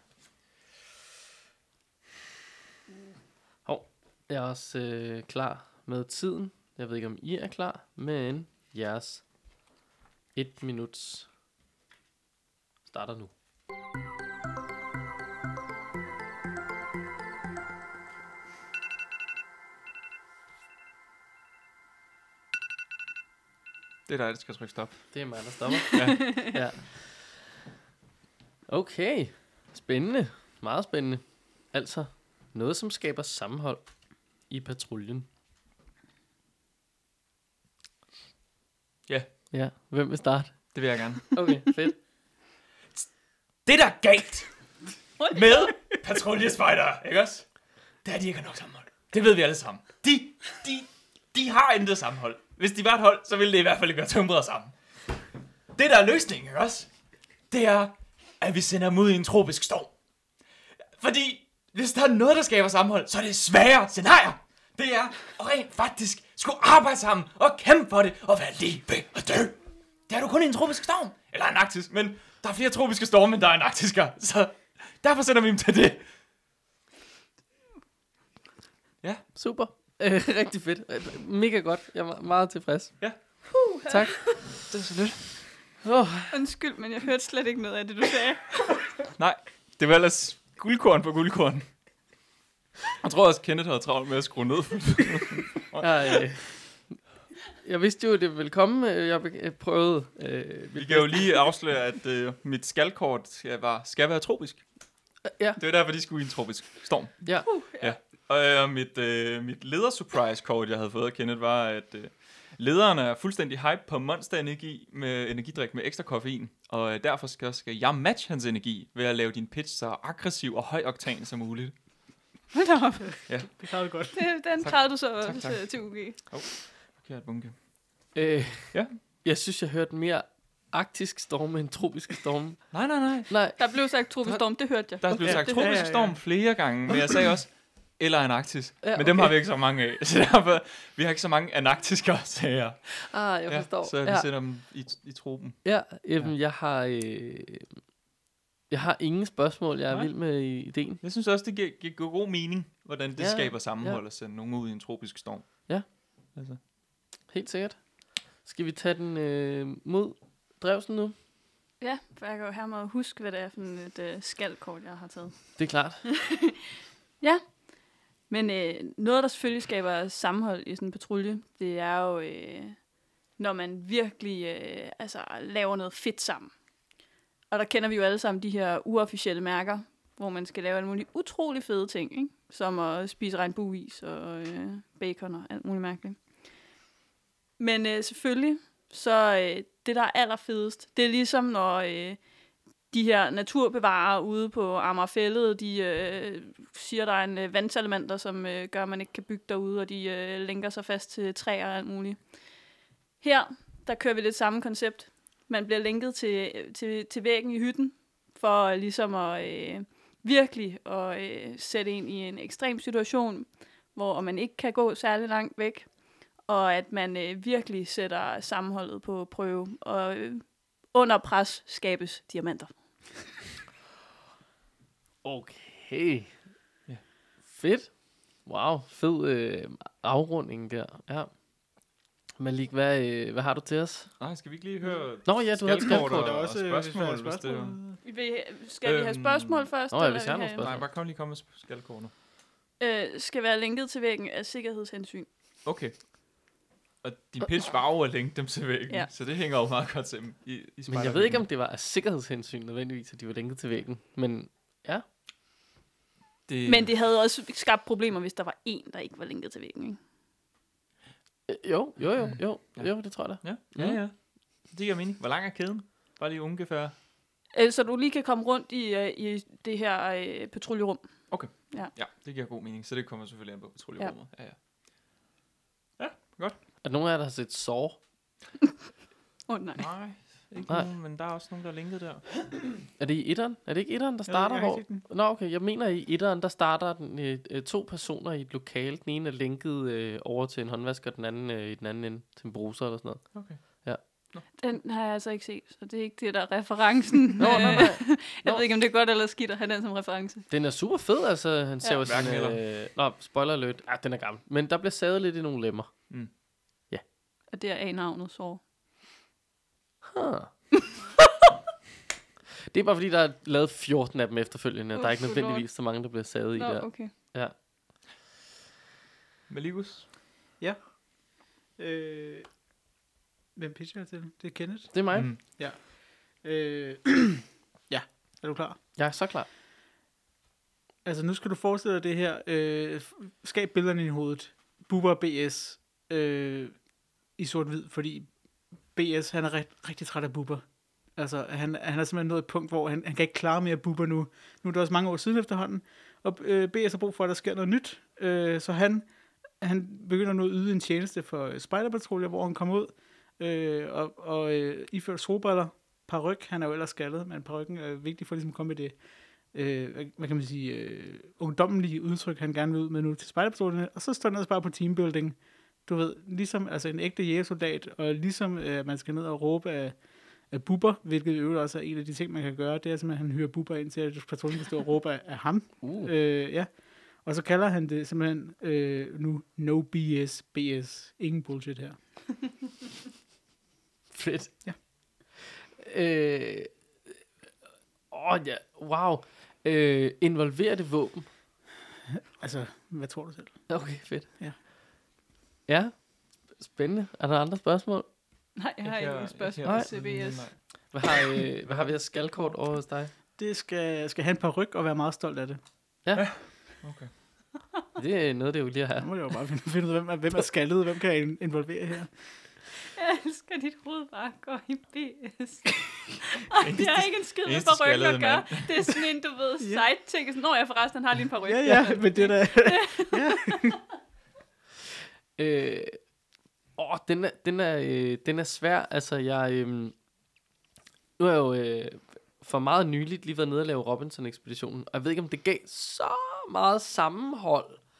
Jeg er også klar med tiden. Jeg ved ikke, om I er klar, men jeres 1 minuts starter nu. Det er dig, der skal trykke stop. Det er mig, der stopper. Ja. Ja. Okay. Spændende. Meget spændende. Altså, noget, som skaber sammenhold i patruljen. Ja. Ja, hvem vil starte? Det vil jeg gerne. Okay, fedt. Det der er galt med patruljespejder, ikke også? Det er, de ikke har nok sammenhold. Det ved vi alle sammen. De har intet sammenhold. Hvis de var et hold, så ville det i hvert fald ikke være tømret sammen. Det der er løsningen, ikke også? Det er, at vi sender dem ud i en tropisk storm. Fordi hvis der er noget, der skaber sammenhold, så er det svære scenarier. Det er at rent faktisk skulle arbejde sammen og kæmpe for det og være lige ved at dø. Det er du kun i en tropisk storm. Eller en arktisk, men der er flere tropiske storme, end der er en arktisker. Så derfor sender vi dem til det. Ja. Super. Rigtig fedt. Mega godt. Jeg er meget tilfreds. Ja. Tak. Det er så lidt. Undskyld, men jeg hørte slet ikke noget af det, du sagde. Nej, det var ellers guldkorn på guldkorn. Jeg tror også, Kenneth havde travlt med at skrue ned. Jeg vidste jo, det ville komme. Jeg prøvede. Vi kan jo lige afsløre, at mit skalkort skal være tropisk. Ja. Det er derfor, de skulle i en tropisk storm. Ja. Ja. Og mit leder-surprise-kort, jeg havde fået af Kenneth, var, at lederen er fuldstændig hype på Monster Energi med energidrik med ekstra koffein. Og derfor skal jeg matche hans energi ved at lave din pitch så aggressiv og høj oktan som muligt. Hold da op. Ja. Det klarede du godt. Den Tak. klarede du så Tak, tak. til UG. Forkert bunke. Ja. Jeg synes, jeg hørte mere arktisk storm end tropisk storm. Nej. Nej. Der blev sagt tropisk storm, det hørte jeg. Der blev sagt det- tropisk storm flere gange, men jeg sagde også, eller Antarktis. Ja, Men dem okay. har vi ikke så mange af. Så derfor, vi har ikke så mange antarktiske årsager. Jeg forstår. Så vi sætter dem i tropen. Ja, jeg har ingen spørgsmål. Jeg er Nej. vild med ideen. Jeg synes også, det giver god mening, hvordan det Ja, skaber sammenhold ja. at sende nogen ud i en tropisk storm. Ja. Altså. Helt sikkert. Skal vi tage den mod Drewsen nu? Ja, for jeg kan jo her med at huske, hvad det er for et skalkort, jeg har taget. Det er klart. Men noget, der selvfølgelig skaber sammenhold i sådan en patrulje, det er jo, når man virkelig laver noget fedt sammen. Og der kender vi jo alle sammen de her uofficielle mærker, hvor man skal lave alle mulige utrolig fede ting, ikke? Som at spise regnbueis og bacon og alt muligt mærkeligt. Men selvfølgelig, så det, der er allerfedest, det er ligesom, når de her naturbevarere ude på Amagerfælled, de siger, der er en vandsalamander, som gør, at man ikke kan bygge derude, og de lænker sig fast til træer og alt muligt. Her, der kører vi det samme koncept. Man bliver lænket til væggen i hytten, for ligesom at virkelig at sætte ind i en ekstrem situation, hvor man ikke kan gå særlig langt væk, og at man virkelig sætter sammenholdet på prøve, og under pres skabes diamanter. Okay. Ja. Fedt. Wow, fed afrunding der. Ja. Malik, hvad har du til os? Nej, skal vi ikke lige høre Nå ja, du havde et skalkort skalkort. og spørgsmål, hvis det er... Skal vi have spørgsmål først? Nå ja, eller hvis jeg har vil nogle have- Nej, bare lige komme med skalkort nu. Skal være lænket til væggen af sikkerhedshensyn. Okay. Og din pitch var jo at længe dem til væggen, Ja. så det hænger jo meget godt sammen i Men jeg ved ikke, om det var af sikkerhedshensyn nødvendigvis, at de var lænket til væggen. Men ja. Men det havde også skabt problemer, hvis der var en, der ikke var lænket til væggen, ikke? Jo, Ja. det tror jeg da. Ja, ja. Det giver mening. Hvor lang er kæden? Bare lige ungefær. Så du lige kan komme rundt i det her patruljerum. Ja, det giver god mening. Så det kommer selvfølgelig an på patruljerummet. Ja. Er der nogen af jer, der har set Saw? Nej. Nej, ikke Nej. nogen, men der er også nogen, der er linket der. Er det i etteren? Er det ikke etteren, der starter? jeg har ikke set den. Nå, okay. Jeg mener, i etteren, der starter den, 2 personer i et lokale. Den ene er lænket over til en håndvask, og den anden i den anden ende til en bruser eller sådan noget. Okay. Den har jeg altså ikke set, så det er ikke det, der er referencen. Nå. Jeg ved ikke, om det er godt eller skidt at have den som reference. Den er super fed, altså. Han ser jo Hverken sådan... spoiler alert. Ja, den er gammel. Men der bliver savet lidt i nogle lemmer. Og det er A-navnet, så. Huh. Det er bare fordi, der er lavet 14 af dem efterfølgende. Der er ikke Lord. nødvendigvis så mange, der bliver savet i Nå, der. okay. Ja. Maligus? Hvem pitcher jeg til? Det er Kenneth. Det er mig. Mm. Ja, er du klar? Jeg er så klar. Altså, nu skal du forestille dig det her. Skab billederne i hovedet. Bubber og BS i sort-hvid, fordi BS, han er rigtig træt af Bubber. Altså, han er simpelthen nået et punkt, hvor han kan ikke klare mere Bubber nu. Nu er det også mange år siden efterhånden, og BS har brug for, at der sker noget nyt. Så han begynder nu at yde en tjeneste for Spejderpatruljer, hvor han kommer ud og ifører solbriller, paryk. Han er jo ellers skaldet, men parykken er vigtig for ligesom at komme med det hvad kan man sige, ungdommelige udtryk, han gerne vil ud med nu til spejderpatruljen, og så står han også bare på teambuilding. Du ved, ligesom altså en ægte jægersoldat, og ligesom man skal ned og råbe af Bubber, hvilket i øvrigt også er en af de ting, man kan gøre, det er simpelthen, at han hyrer Bubber ind til, at patruljen kan stå og råbe af ham. Ja. Og så kalder han det simpelthen nu no BS. Ingen bullshit her. Fedt. Ja. Ja, wow. Involverer det våben? Altså, hvad tror du selv? Okay, fedt. Ja. Ja, spændende. Er der andre spørgsmål? Nej, jeg har ikke nogen spørgsmål Nej. til CBS. Hvad har vi af skalkort over hos dig? Det skal have en paryk og være meget stolt af det. Okay. Det er noget, det er jo lige at Nu have. må jeg jo bare finde ud af, hvem er skaldet, hvem kan jeg involvere her. Jeg elsker, dit hoved bare går i BS. Og det har ikke en skid med eneste parykken at skaldede gøre. Det er sådan en, du ved, side-ting. Sådan, Nå, jeg forresten, han har lige en paryk. Ja, men det der... Den er svær. Altså, nu har jeg jo for meget nyligt lige været nede og lave Robinson-ekspeditionen, og jeg ved ikke, om det gav så meget sammenhold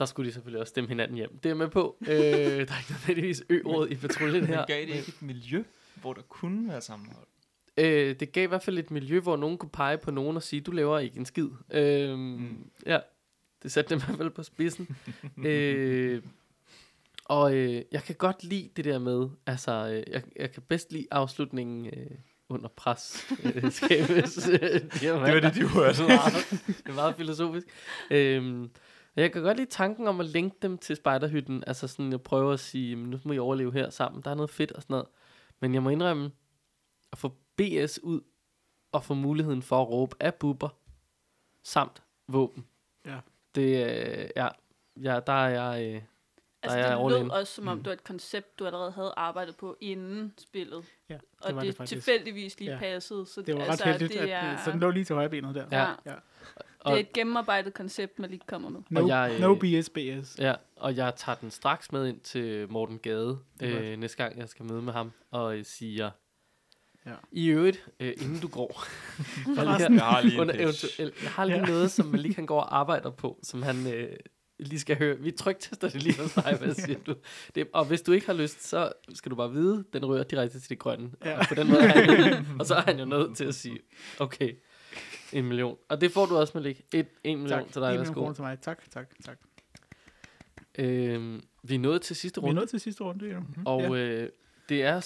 Der skulle de selvfølgelig også stemme hinanden hjem. Det er jeg med på. Der er ikke nødvendigvis ø-råd i patruljen her. Men gav det ikke et miljø, hvor der kunne være sammenhold? Det gav i hvert fald et miljø, hvor nogen kunne pege på nogen og sige, du laver ikke en skid. Ja, det satte dem i hvert fald på spidsen. Jeg kan godt lide det der med, altså, jeg kan bedst lide afslutningen under pres. Det var det, de hørte. Det er meget filosofisk. Jeg kan godt lide tanken om at linke dem til spejderhytten. Altså sådan, jeg prøver at sige, nu må I overleve her sammen. Der er noget fedt og sådan noget. Men jeg må indrømme, at få BS ud og få muligheden for at råbe af bubber samt våben. Ja. Det der er jeg Altså, der er det all lød in. også som om, det var et koncept, du allerede havde arbejdet på inden spillet. Ja, Og var det faktisk. tilfældigvis lige Ja. passede. Så Det var altså, ret heldigt, det at så den lå lige til højrebenet der. Ja. Ja. Ja. Det er et gennemarbejdet koncept, man lige kommer med. No, jeg, no BS. Ja, og jeg tager den straks med ind til Morten Gade Det er godt. næste gang, jeg skal møde med ham, og siger, Ja. i øvrigt, inden du går, Jeg har lige en pitch. jeg har lige noget, som man lige kan gå og arbejde på, som han lige skal høre. Vi tryktester det lige hos dig, hvad siger du? Og hvis du ikke har lyst, så skal du bare vide, den rører direkte til det grønne. Ja. Og på den måde er han, og så er han jo nødt til at sige, okay, 1 million. Og det får du også med lægge. 1 million Tak. til dig, 1 million værsgo. kroner til mig. Tak. Vi er nået til sidste Vi er runde. nået til sidste runde, jo. Og det er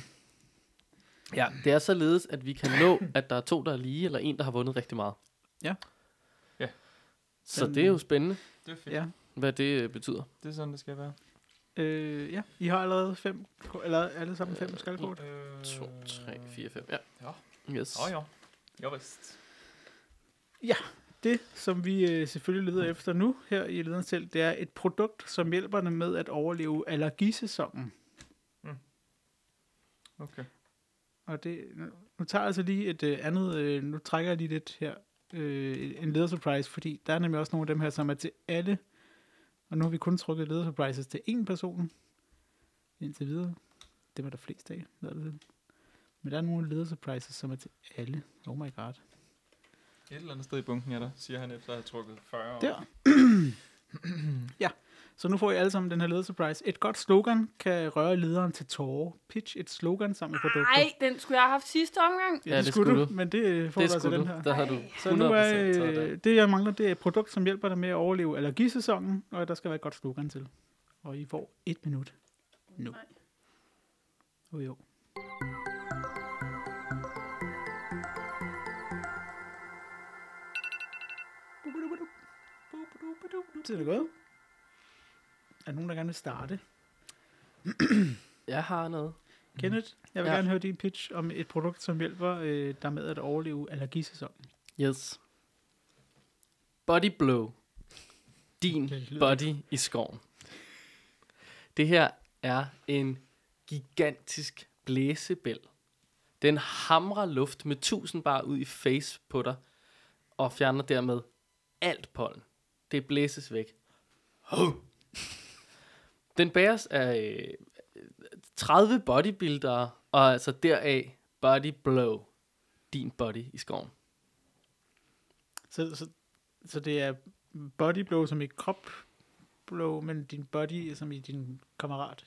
det er således, at vi kan nå, at der er 2, der er lige, eller 1, der har vundet rigtig meget. Ja. Ja. Så det er jo spændende, Det er fedt. Ja. hvad det betyder. Det er sådan, det skal være. Ja, I har allerede 5, eller alle sammen 5 skalkort. 2, 3, 4, 5. Ja. Ja. Yes. Jo, vist. Det, som vi selvfølgelig leder efter nu her i Lederens Telt, det er et produkt, som hjælper dem med at overleve allergisæsonen. Okay. Og det, nu tager jeg altså lige et andet, nu trækker jeg lige lidt her, en ledersurprise, fordi der er nemlig også nogle af dem her, som er til alle, og nu har vi kun trykket ledersurprises til én person, indtil videre. Det var der flest af, lader det til. Men der er nogle ledersurprises, som er til alle. Oh my god. Et eller andet sted i bunken er der, siger han efter at have trukket 40 år. Der. Ja, så nu får I alle sammen den her ledersurprise. Et godt slogan kan røre lederen til tårer. Pitch et slogan sammen med produktet. Nej, den skulle jeg have haft sidste omgang. Ja, det skulle du. men det får Det du altså skulle den du. her. Der har du 100% Så nu er taget det. det, jeg mangler, det er et produkt, som hjælper dig med at overleve allergisæsonen, og der skal være et godt slogan til. Og I får 1 minut nu. Nej. Jo. Tiden er gået. Er der nogen, der gerne vil starte? Jeg har noget. Kenneth, jeg vil Ja. gerne høre din pitch om et produkt, som hjælper dig med at overleve allergisæsonen. Yes. Body Blow. Din Det lyder body i skoven. Det her er en gigantisk blæsebæl. Den hamrer luft med 1000 bar ud i face på dig, og fjerner dermed alt pollen. Det blæses væk. Den bæres af 30 bodybuildere, og altså deraf Body Blow. Din body i skoven. Så det er body blow som i krop blow, men din body som i din kammerat.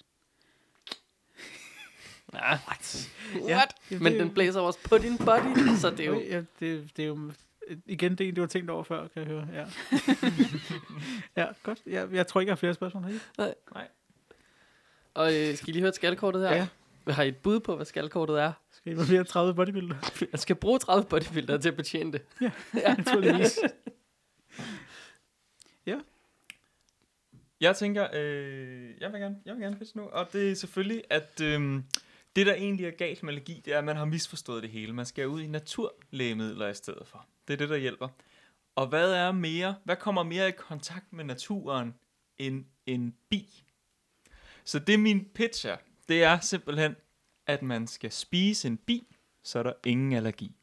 Ja, Ja, men den blæser også på din body, så det er jo... Ja, det er jo igen det, du har tænkt over før, kan jeg høre. Ja, ja godt. Jeg tror ikke, jeg har flere spørgsmål her. Og skal I lige høre et skattekortet her? Ja. Har I et bud på, hvad skattekortet er? Skal I involvere 30 bodybuilder? Jeg skal bruge 30 bodybuildere til at betjene det. Naturligvis. Jeg tænker, jeg vil gerne pitche nu, og det er selvfølgelig, at det, der egentlig er galt med allergi, det er, at man har misforstået det hele. Man skal ud i naturlægemidler i stedet for. Det er det, der hjælper. Og hvad kommer mere i kontakt med naturen end en bi? Så det min pitch er, det er simpelthen, at man skal spise en bi, så er der ingen allergi.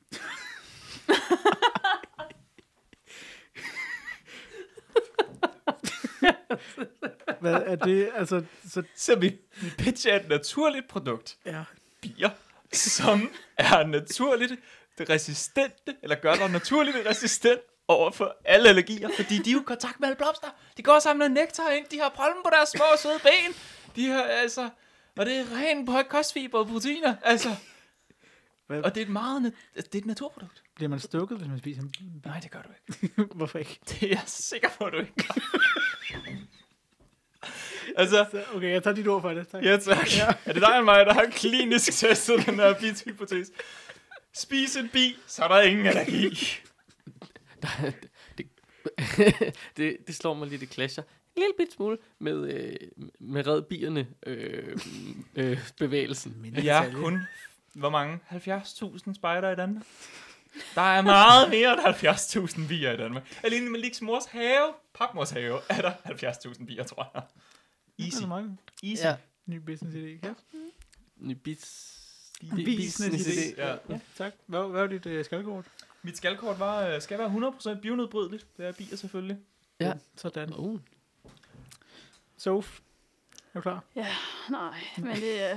Hvad er det? Altså, Så mit pitch er et naturligt produkt. ja. Bier, som er naturligt resistente, eller gør dig naturligt resistent over for alle allergier, fordi de er jo i kontakt med alle blomster. De går og samler nektar ind, de har pollen på deres små søde ben. De har altså, og det er rent højt kostfiber og proteiner, altså. Hvad? Og det er et meget, det er et naturprodukt. Bliver man stukket, hvis man spiser en bi? Nej, det gør du ikke. Hvorfor ikke? Det er jeg sikker på, at du ikke gør. Altså, Så, okay, jeg tager dit ord for det. Tak. ja tak. Ja. Er det dig og mig, der har klinisk testet den her bits-hypotese? Spis en bi, så er der ingen allergi. Det slår mig lidt, det clasher en lille bit smule med red bierne bevægelsen. Mindre Vi er detalje. kun, hvor mange? 70.000 spejder i Danmark? Der er meget mere end 70.000 bier i Danmark. Alene i Maliks mors have, papmors have, er der 70.000 bier, tror jeg. Easy. Det er meget Easy. Ja, ny business idé. Ja. ny Business idé. Ja. Ja, tak. Hvad var dit skalkort? Mit skalkort skal være 100% bionedbrydeligt. Det er bier selvfølgelig. Ja. Sådan. Oh. Sof, er du klar? Nej, men det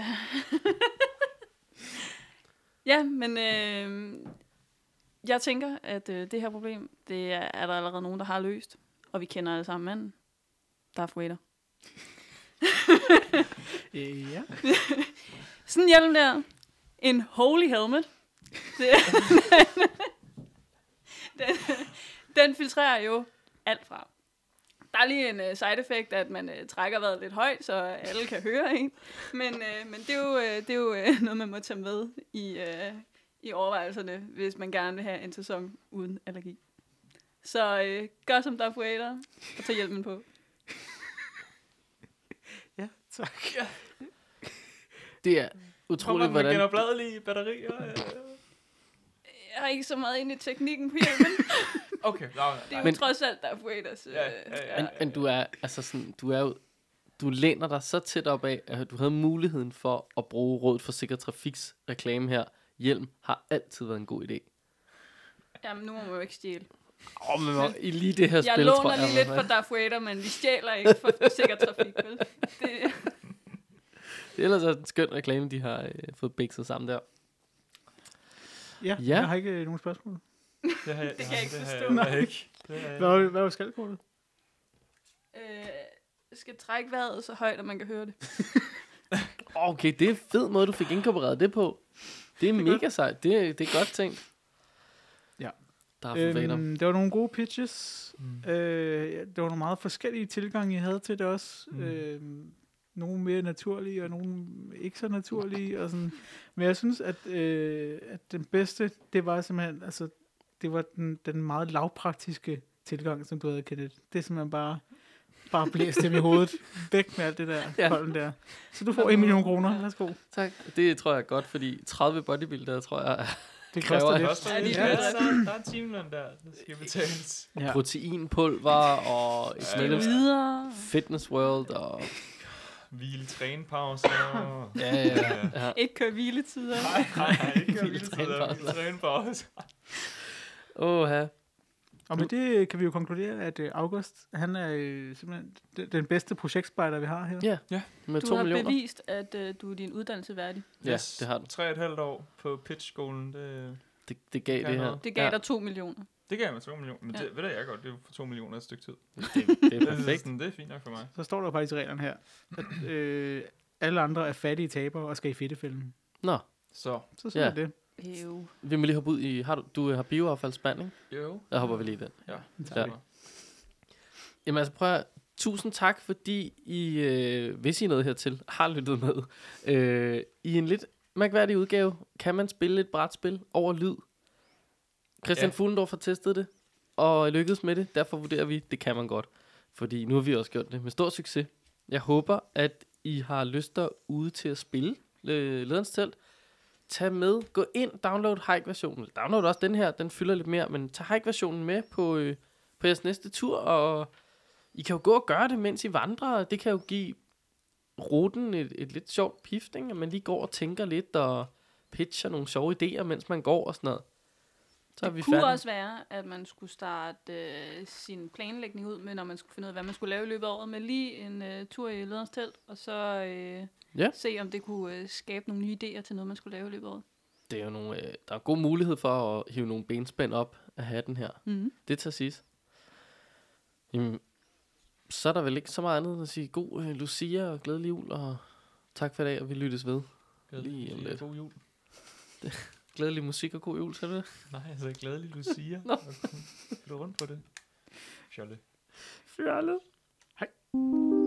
ja, men jeg tænker, at det her problem, det er der allerede nogen, der har løst. Og vi kender alle sammen manden. Darth Vader. Ja. Sådan en hjelm der. En holy helmet. Det, den filtrerer jo alt fra. Der er lige en side effect, at man trækker vejret lidt højt, så alle kan høre en. Men det er jo noget, man må tage med i overvejelserne, hvis man gerne vil have en sæson uden allergi. Så gør som Darth Vader, og tag hjelmen på. Ja, tak. Det er Tror utroligt, man, man hvordan... genopladelige batterier? Jeg har ikke så meget ind i teknikken på hjelmen. Okay, Det er jo Men- trods alt Darth Vaders. Men du er altså sådan, du læner dig så tæt op af, at du havde muligheden for at bruge Rådet for Sikker Trafiks reklame her. Hjelm har altid været en god idé. Jamen, nu må man jo ikke stjæle. Men i lige det her Jeg spil, tror låner jeg. lige lidt fra Darth Vader, men vi stjæler ikke for sikker trafik, vel? Det, Det er ellers en skøn reklame, de har fået bækset sammen der. Ja, Ja. jeg har ikke nogen spørgsmål. Det har jeg, Det kan jeg ikke forstå. Det har jeg ikke. Det har jeg Hvad var skalkortet? skal trække vejret så højt, at man kan høre det. Okay, det er en fed måde, du fik inkorporeret det på. Det er mega sejt. Det er godt tænkt. Ja. Der er Vader. Det var nogle gode pitches. Det var nogle meget forskellige tilgange, I havde til det også. Nogle mere naturlige, og nogle ikke så naturlige. Og sådan. Men jeg synes, at den bedste, det var simpelthen, altså, det var den meget lavpraktiske tilgang, som du havde, Kenneth. Det er simpelthen bare blæst dem i hovedet. Væk med alt det der Ja. pollen der. Så du får 1 million kroner. Værsgo. Tak. Det tror jeg er godt, fordi 30 bodybuilder, tror jeg, Det Kræver koster det. lidt. Koster Ja, lidt. det er Ja, der er en timeløn der skal betales. Ja. proteinpulver og et medlems Videre. Fitness World og... Hvile, trænepauser. Ja. Ikke køre hviletider. Nej, ikke Hvile, hviletid. trænepauser. Trænepauser. Åh, Og med det kan vi jo konkludere, at August, han er simpelthen den bedste projektspejder, vi har her. Ja, med Du 2 har millioner. bevist, at du er din uddannelse værdig. Ja, det har du. 3,5 år på pitchskolen. Det gav Kan det her. noget. Det gav dig 2 millioner. Det gav mig 2 millioner. Men Ja. det ved jeg godt, det er for 2 millioner et stykke tid. Det er perfekt. Det er fint nok for mig. Så står der faktisk i reglerne her, at alle andre er fattige tabere og skal i fedtefælden. Nå, Så. Så sådan Ja. er det. Ew. vi må lige hoppe ud i... Du har bioaffaldsspand, ikke? Jo. Der hopper vi lige i den. Ja. Ja. Jamen altså prøv at, tusind tak, fordi I, hvis I er nået hertil, har lyttet med. I en lidt mærkværdig udgave kan man spille et brætspil over lyd. Christian Ja. Fuglendorf har testet det, og lykkedes med det. Derfor vurderer vi, det kan man godt. Fordi nu har vi også gjort det med stor succes. Jeg håber, at I har lyst derude til at spille Lederens Telt. Tag med, gå ind, download hike-versionen. Download også den her, den fylder lidt mere, men tag hike-versionen med på jeres næste tur, og I kan jo gå og gøre det, mens I vandrer. Det kan jo give ruten et lidt sjovt pift, ikke? At man lige går og tænker lidt, og pitcher nogle sjove idéer, mens man går og sådan noget. Så er vi Det kunne færdige. også være, at man skulle starte sin planlægning ud med, når man skulle finde ud af, hvad man skulle lave i løbet af året, med lige en tur i Lederens Telt, og så Ja. se, om det kunne skabe nogle nye idéer til noget, man skulle lave i løbet af året. Det er jo nogle, der er god mulighed for at hive nogle benspænd op at have den her. Mm. Det tager sidst. Jamen, så er der vel ikke så meget andet end at sige god Lucia og glædelig jul, og tak for i dag, og vi lyttes ved. Lige om lidt. God jul. Glædelig musik og god jul, så det? Nej, altså glædelig Lucia. Nå. Kan du rundt på det? Fjolle. Fjollet. Hej.